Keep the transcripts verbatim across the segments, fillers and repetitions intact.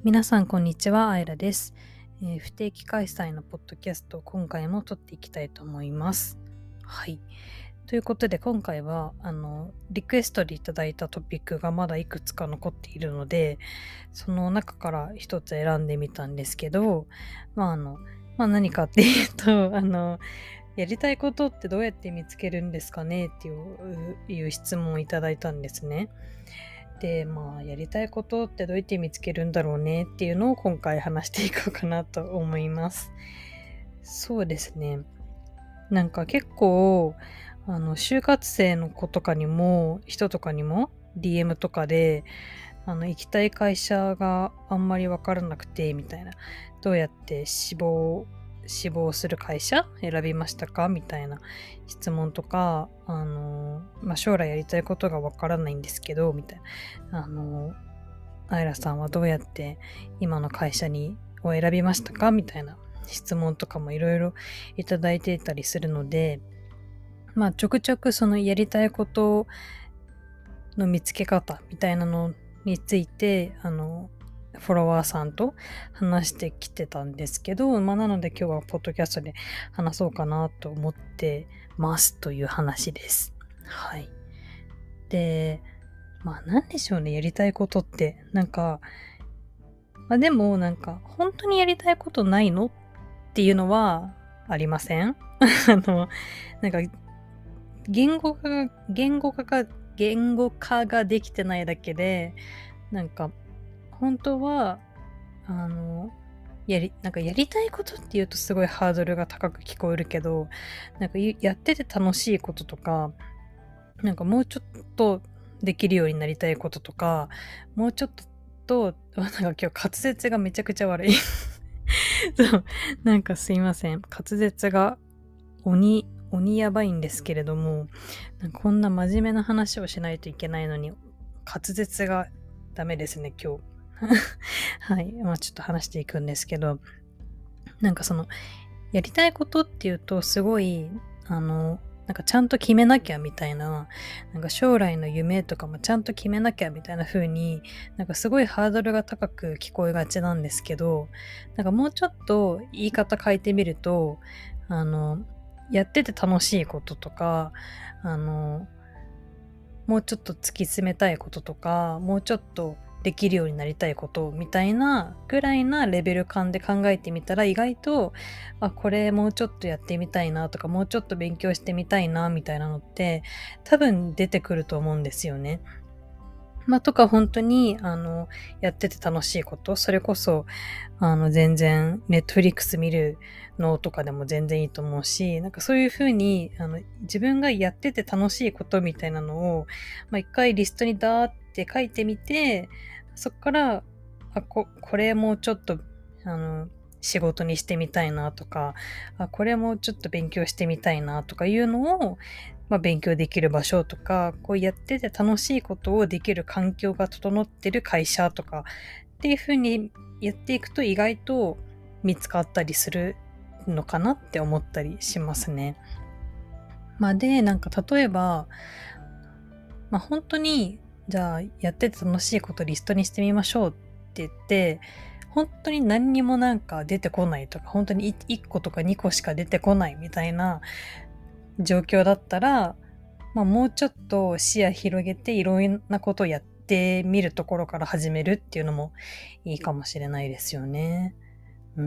皆さんこんにちは、あいらです、えー不定期開催のポッドキャストを今回も撮っていきたいと思います。はい。ということで今回はあのリクエストでいただいたトピックがまだいくつか残っているので、その中から一つ選んでみたんですけど、まああの、まあ何かっていうと、あの、やりたいことってどうやって見つけるんですかねっていういう質問をいただいたんですね。で、まあ、やりたいことってどうやって見つけるんだろうねっていうのを今回話していこうかなと思います。そうですね。なんか結構、あの、就活生の子とかにも、人とかにも、ディーエム とかで、あの、行きたい会社があんまりわからなくて、みたいな。どうやって志望、志望する会社選びましたかみたいな質問とか、あの、まあ、将来やりたいことがわからないんですけど、みたいな。あの、アイラさんはどうやって今の会社にを選びましたかみたいな質問とかもいろいろいただいていたりするので、まあちょくちょくそのやりたいことの見つけ方みたいなのについて、あの、フォロワーさんと話してきてたんですけど、まあなので今日はポッドキャストで話そうかなと思ってますという話です。はい。で、まあなんでしょうね、やりたいことって。なんか、まあでもなんか、本当にやりたいことないのっていうのはありません？あの、なんか、言語化が、言語化が、言語化ができてないだけで、なんか、本当は、あの、やり、なんかやりたいことって言うとすごいハードルが高く聞こえるけど、なんかやってて楽しいこととか、なんかもうちょっとできるようになりたいこととか、もうちょっと、なんか今日滑舌がめちゃくちゃ悪い。そう、なんかすいません。滑舌が鬼、鬼やばいんですけれども、なんかこんな真面目な話をしないといけないのに、滑舌がダメですね、今日。はい。まあちょっと話していくんですけど、なんかその、やりたいことっていうと、すごい、あの、なんかちゃんと決めなきゃみたいな、なんか将来の夢とかもちゃんと決めなきゃみたいな風に、なんかすごいハードルが高く聞こえがちなんですけど、なんかもうちょっと言い方変えてみると、あの、やってて楽しいこととか、あの、もうちょっと突き詰めたいこととか、もうちょっとできるようになりたいことみたいなぐらいなレベル感で考えてみたら意外と、あ、これもうちょっとやってみたいなとか、もうちょっと勉強してみたいなみたいなのって多分出てくると思うんですよね。まあ、とか本当に、あの、やってて楽しいこと、それこそ、あの、全然、ネットフリックス見るのとかでも全然いいと思うし、なんかそういうふうに、あの、自分がやってて楽しいことみたいなのを、まあ、一回リストにダーって書いてみて、そっから、あ、こ、これもうちょっと、あの、仕事にしてみたいなとか、あ、これもちょっと勉強してみたいなとかいうのを、まあ、勉強できる場所とか、こうやってて楽しいことをできる環境が整ってる会社とかっていう風にやっていくと意外と見つかったりするのかなって思ったりしますね。まあで、なんか例えば、まあ本当に、じゃあやってて楽しいことリストにしてみましょうって言って、本当に何にもなんか出てこないとか、本当にいっことかにこしか出てこないみたいな状況だったら、まあ、もうちょっと視野広げていろんなことをやってみるところから始めるっていうのもいいかもしれないですよね。うん。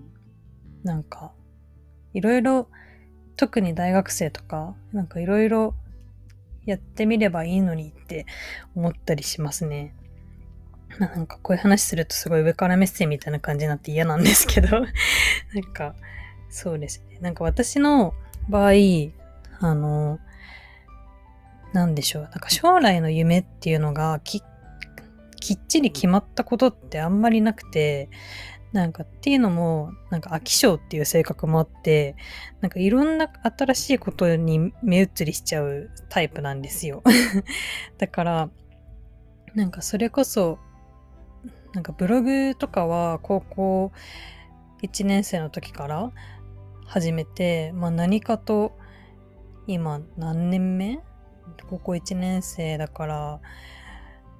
なんか、いろいろ、特に大学生とか、なんかいろいろやってみればいいのにって思ったりしますね。まあなんかこういう話するとすごい上から目線みたいな感じになって嫌なんですけど、なんか、そうですね。なんか私の場合、あの、なんでしょう。なんか将来の夢っていうのがき、きっちり決まったことってあんまりなくて、なんかっていうのも、なんか飽き性っていう性格もあって、なんかいろんな新しいことに目移りしちゃうタイプなんですよ。だから、なんかそれこそ、なんかブログとかは高校いちねん生の時から始めて、まあ何かと今何年目高校いちねん生だから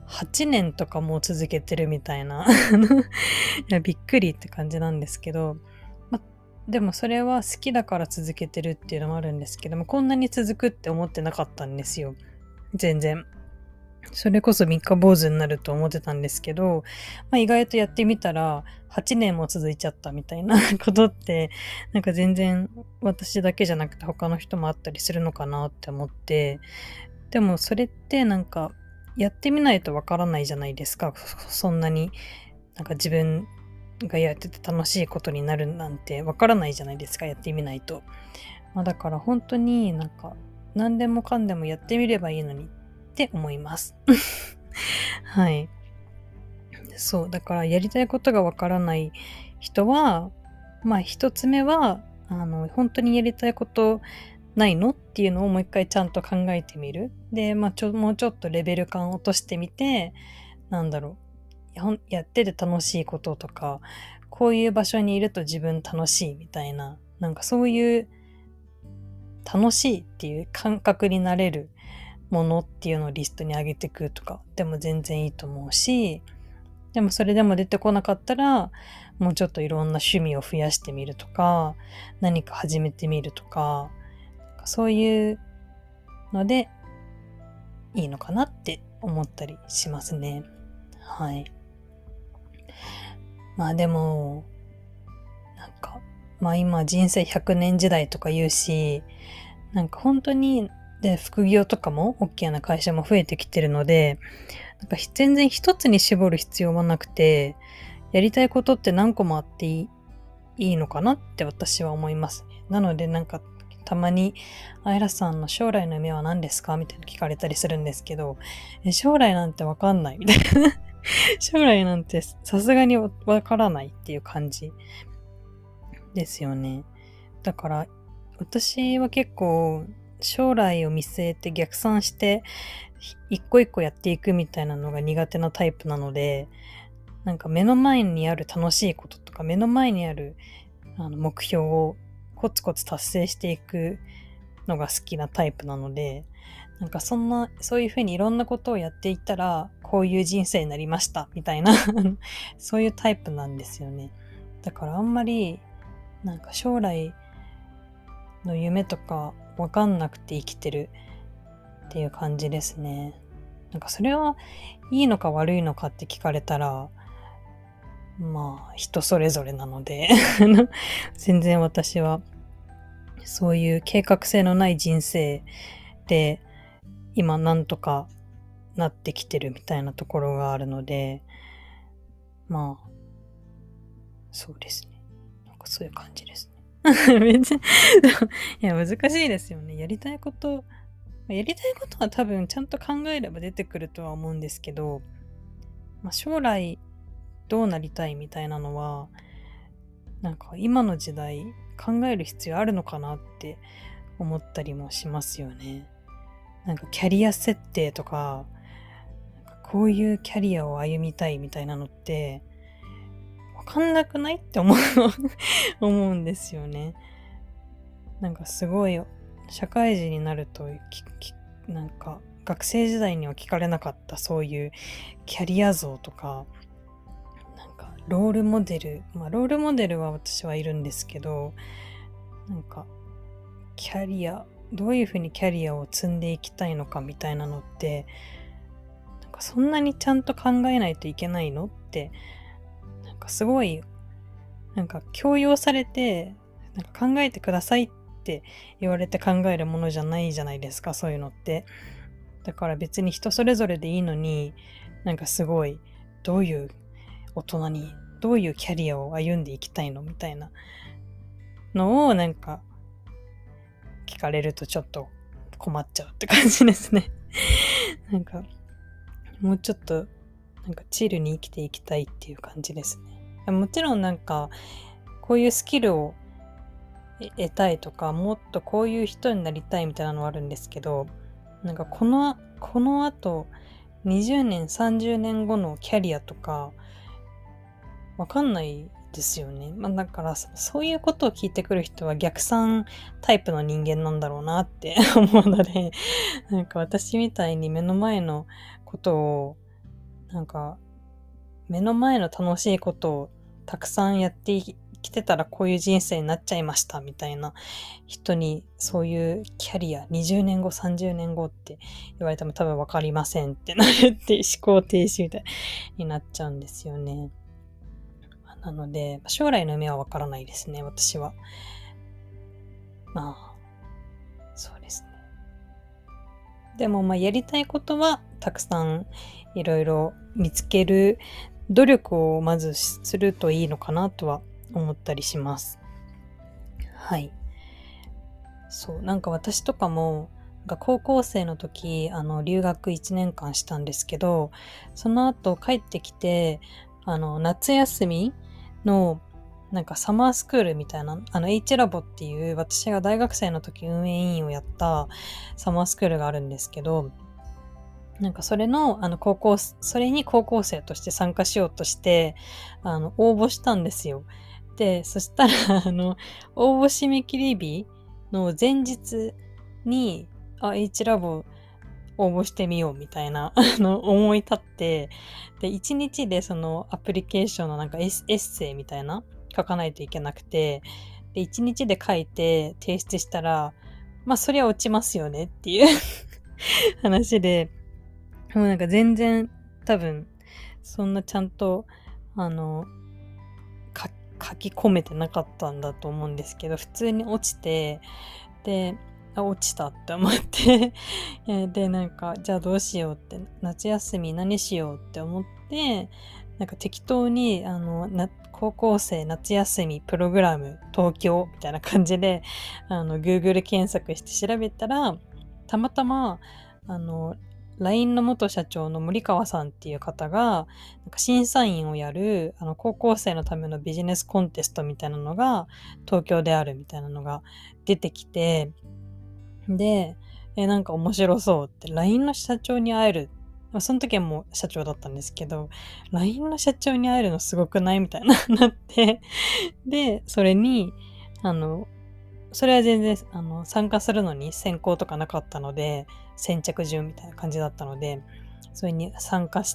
はちねんとかもう続けてるみたいないやびっくりって感じなんですけど、ま、でもそれは好きだから続けてるっていうのもあるんですけども、こんなに続くって思ってなかったんですよ。全然。それこそ三日坊主になると思ってたんですけど、まあ、意外とやってみたらはちねんも続いちゃったみたいなことって、なんか全然私だけじゃなくて他の人もあったりするのかなって思って、でもそれってなんかやってみないとわからないじゃないですか。そんなになんか自分がやってて楽しいことになるなんてわからないじゃないですか、やってみないと。まあ、だから本当になんか何でもかんでもやってみればいいのにって思います。はい。そう、だからやりたいことがわからない人は、まあ一つ目は、あの、本当にやりたいことないのっていうのをもう一回ちゃんと考えてみる。で、まあちょ、もうちょっとレベル感を落としてみて、なんだろう、やほんやってて楽しいこととか、こういう場所にいると自分楽しいみたいな、なんかそういう楽しいっていう感覚になれるものっていうのをリストに上げていくとかでも全然いいと思うし、でもそれでも出てこなかったら、もうちょっといろんな趣味を増やしてみるとか、何か始めてみるとか、そういうのでいいのかなって思ったりしますね。はい。まあでも、なんか、まあ今人生ひゃくねん時代とか言うし、なんか本当に、で、副業とかも、大きな会社も増えてきてるので、なんか全然一つに絞る必要はなくて、やりたいことって何個もあっていい、いいのかなって私は思いますね。なのでなんか、たまに、あいらさんの将来の夢は何ですかみたいな聞かれたりするんですけど、え将来なんてわかんないみたいな。将来なんてさすがにわからないっていう感じですよね。だから、私は結構、将来を見据えて逆算して、一個一個やっていくみたいなのが苦手なタイプなので、なんか目の前にある楽しいこととか、目の前にあるあの目標をコツコツ達成していくのが好きなタイプなので、なんかそんな、そういうふうにいろんなことをやっていったら、こういう人生になりました、みたいなそういうタイプなんですよね。だからあんまり、なんか将来の夢とかわかんなくて生きてるっていう感じですね。なんかそれはいいのか悪いのかって聞かれたら、まあ人それぞれなので全然私はそういう計画性のない人生で今なんとかなってきてるみたいなところがあるので、まあそうですね。なんかそういう感じですね。めっちゃいや難しいですよね。やりたいことやりたいことは多分ちゃんと考えれば出てくるとは思うんですけど、まあ、将来どうなりたいみたいなのは、なんか今の時代考える必要あるのかなって思ったりもしますよね。なんかキャリア設定とか、なんかこういうキャリアを歩みたいみたいなのって、わかんなくないって思う思うんですよね。なんかすごい社会人になるとなんか学生時代には聞かれなかったそういうキャリア像とか、なんかロールモデル、まあロールモデルは私はいるんですけど、なんかキャリア、どういうふうにキャリアを積んでいきたいのかみたいなのって、なんかそんなにちゃんと考えないといけないのって、なんかすごい、なんか強要されて、なんか考えてくださいって言われて考えるものじゃないじゃないですか、そういうのって。だから別に人それぞれでいいのに、なんかすごい、どういう大人に、どういうキャリアを歩んでいきたいのみたいなのをなんか聞かれるとちょっと困っちゃうって感じですね。なんか、もうちょっと、なんかチルに生きていきたいっていう感じですね。もちろんなんか、こういうスキルを得たいとか、もっとこういう人になりたいみたいなのはあるんですけど、なんかこの、この後、にじゅうねん、さんじゅうねんごのキャリアとか、わかんないですよね。まあだからそういうことを聞いてくる人は逆算タイプの人間なんだろうなって思うので、なんか私みたいに目の前のことをなんか目の前の楽しいことをたくさんやってきてたらこういう人生になっちゃいましたみたいな人に、そういうキャリアにじゅうねんごさんじゅうねんごって言われても多分わかりませんってなるって思考停止みたいになっちゃうんですよね。なので将来の夢はわからないですね、私は。まあそうですね。でもまあやりたいことはたくさんいろいろ見つける努力をまずするといいのかなとは思ったりします。はい。そう、なんか私とかも高校生の時あの留学いちねんかんしたんですけど、その後帰ってきてあの夏休みのなんかサマースクールみたいな、あの H ラボっていう私が大学生の時運営委員をやったサマースクールがあるんですけど、なんかそれのあの高校それに高校生として参加しようとしてあの応募したんですよ。で、そしたらあの応募締め切り日の前日にあ H ラボ応募してみようみたいなあの思い立って、でいちにちでそのアプリケーションのなんかエッ、エッセイみたいな書かないといけなくて、でいちにちで書いて提出したらまあそりゃ落ちますよねっていう話で、もうなんか全然多分そんなちゃんとあの書き込めてなかったんだと思うんですけど、普通に落ちて、であ落ちたって思ってでなんかじゃあどうしようって、夏休み何しようって思って、なんか適当にあのな高校生夏休みプログラム東京みたいな感じであの Google 検索して調べたら、たまたまあの ライン の元社長の森川さんっていう方がなんか審査員をやるあの高校生のためのビジネスコンテストみたいなのが東京であるみたいなのが出てきて、でえなんか面白そうって ライン の社長に会える、その時はもう社長だったんですけど ライン の社長に会えるのすごくないみたいななって、でそれにあのそれは全然あの参加するのに選考とかなかったので先着順みたいな感じだったので、それに参加して、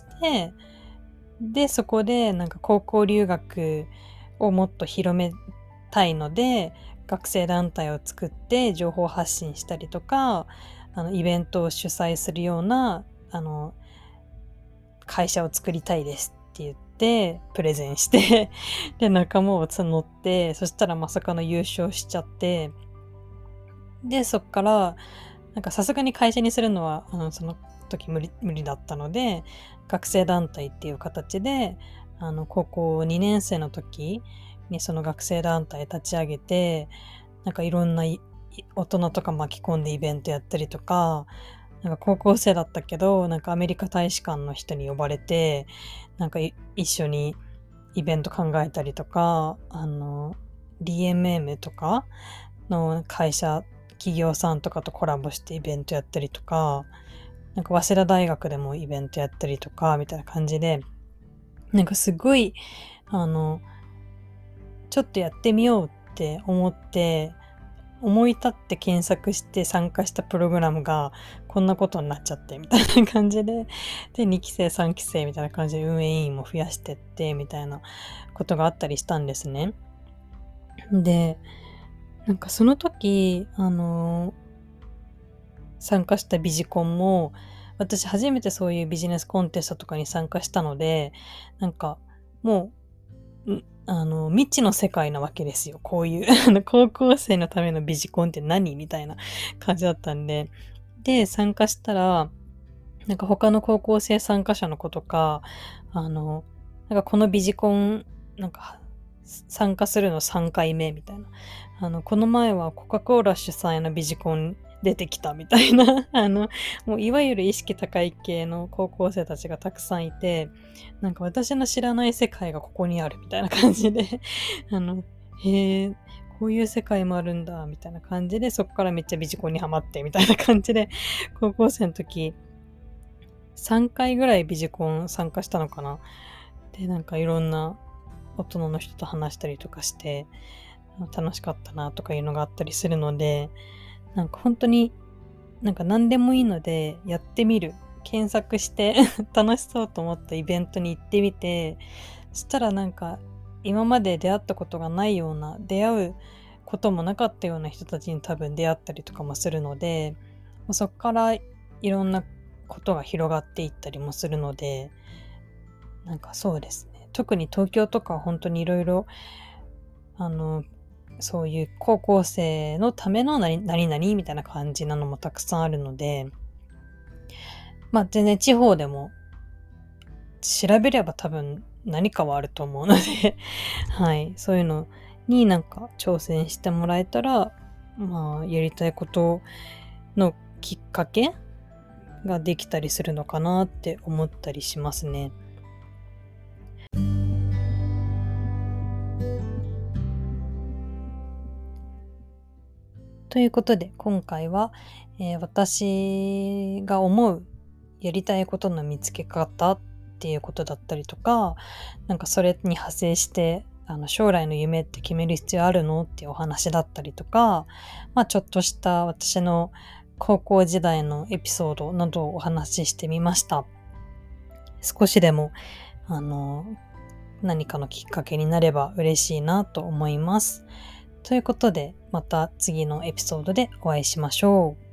でそこでなんか高校留学をもっと広めたいので学生団体を作って情報発信したりとか、あのイベントを主催するようなあの会社を作りたいですって言ってプレゼンしてで仲間を募って、そしたらまさかの優勝しちゃって、でそっからなんかさすがに会社にするのはあのその時無理無理だったので、学生団体っていう形であの高校にねん生の時にその学生団体立ち上げて、なんかいろんな大人とか巻き込んでイベントやったりとか、なんか高校生だったけどなんかアメリカ大使館の人に呼ばれてなんか一緒にイベント考えたりとか、あの ディーエムエム とかの会社企業さんとかとコラボしてイベントやったりとか、なんか早稲田大学でもイベントやったりとかみたいな感じで、なんかすごいあのちょっとやってみようって思って思い立って検索して参加したプログラムがこんなことになっちゃってみたいな感じで、でにき生さんき生みたいな感じで運営委員も増やしてってみたいなことがあったりしたんですね。でなんかその時あの参加したビジコンも、私初めてそういうビジネスコンテストとかに参加したので、なんかもうあの未知の世界なわけですよ。こういうあの高校生のためのビジコンって何みたいな感じだったんで、で参加したらなんか他の高校生参加者の子とか、あのなんかこのビジコンなんか参加するのさんかいめみたいな、あのこの前はコカ・コーラ主催のビジコン出てきたみたいなあのもういわゆる意識高い系の高校生たちがたくさんいて、なんか私の知らない世界がここにあるみたいな感じであのへえこういう世界もあるんだみたいな感じで、そこからめっちゃビジコンにハマってみたいな感じで、高校生の時さんかいぐらいビジコン参加したのかな。でなんかいろんな大人の人と話したりとかして楽しかったなとかいうのがあったりするので、なんか本当になんか何でもいいのでやってみる検索して楽しそうと思ったイベントに行ってみて、そしたらなんか今まで出会ったことがないような、出会うこともなかったような人たちに多分出会ったりとかもするので、そこからいろんなことが広がっていったりもするので、なんかそうですね。特に東京とかは本当にいろいろ、あの、そういう高校生のための何々みたいな感じなのもたくさんあるので、まあ全然地方でも調べれば多分何かはあると思うのではい、そういうのになんか挑戦してもらえたら、まあやりたいことのきっかけができたりするのかなって思ったりしますね。ということで今回は、えー私が思うやりたいことの見つけ方っていうことだったりとか、なんかそれに派生してあの将来の夢って決める必要あるのっていうお話だったりとか、まあちょっとした私の高校時代のエピソードなどをお話ししてみました。少しでもあの何かのきっかけになれば嬉しいなと思います。ということで、また次のエピソードでお会いしましょう。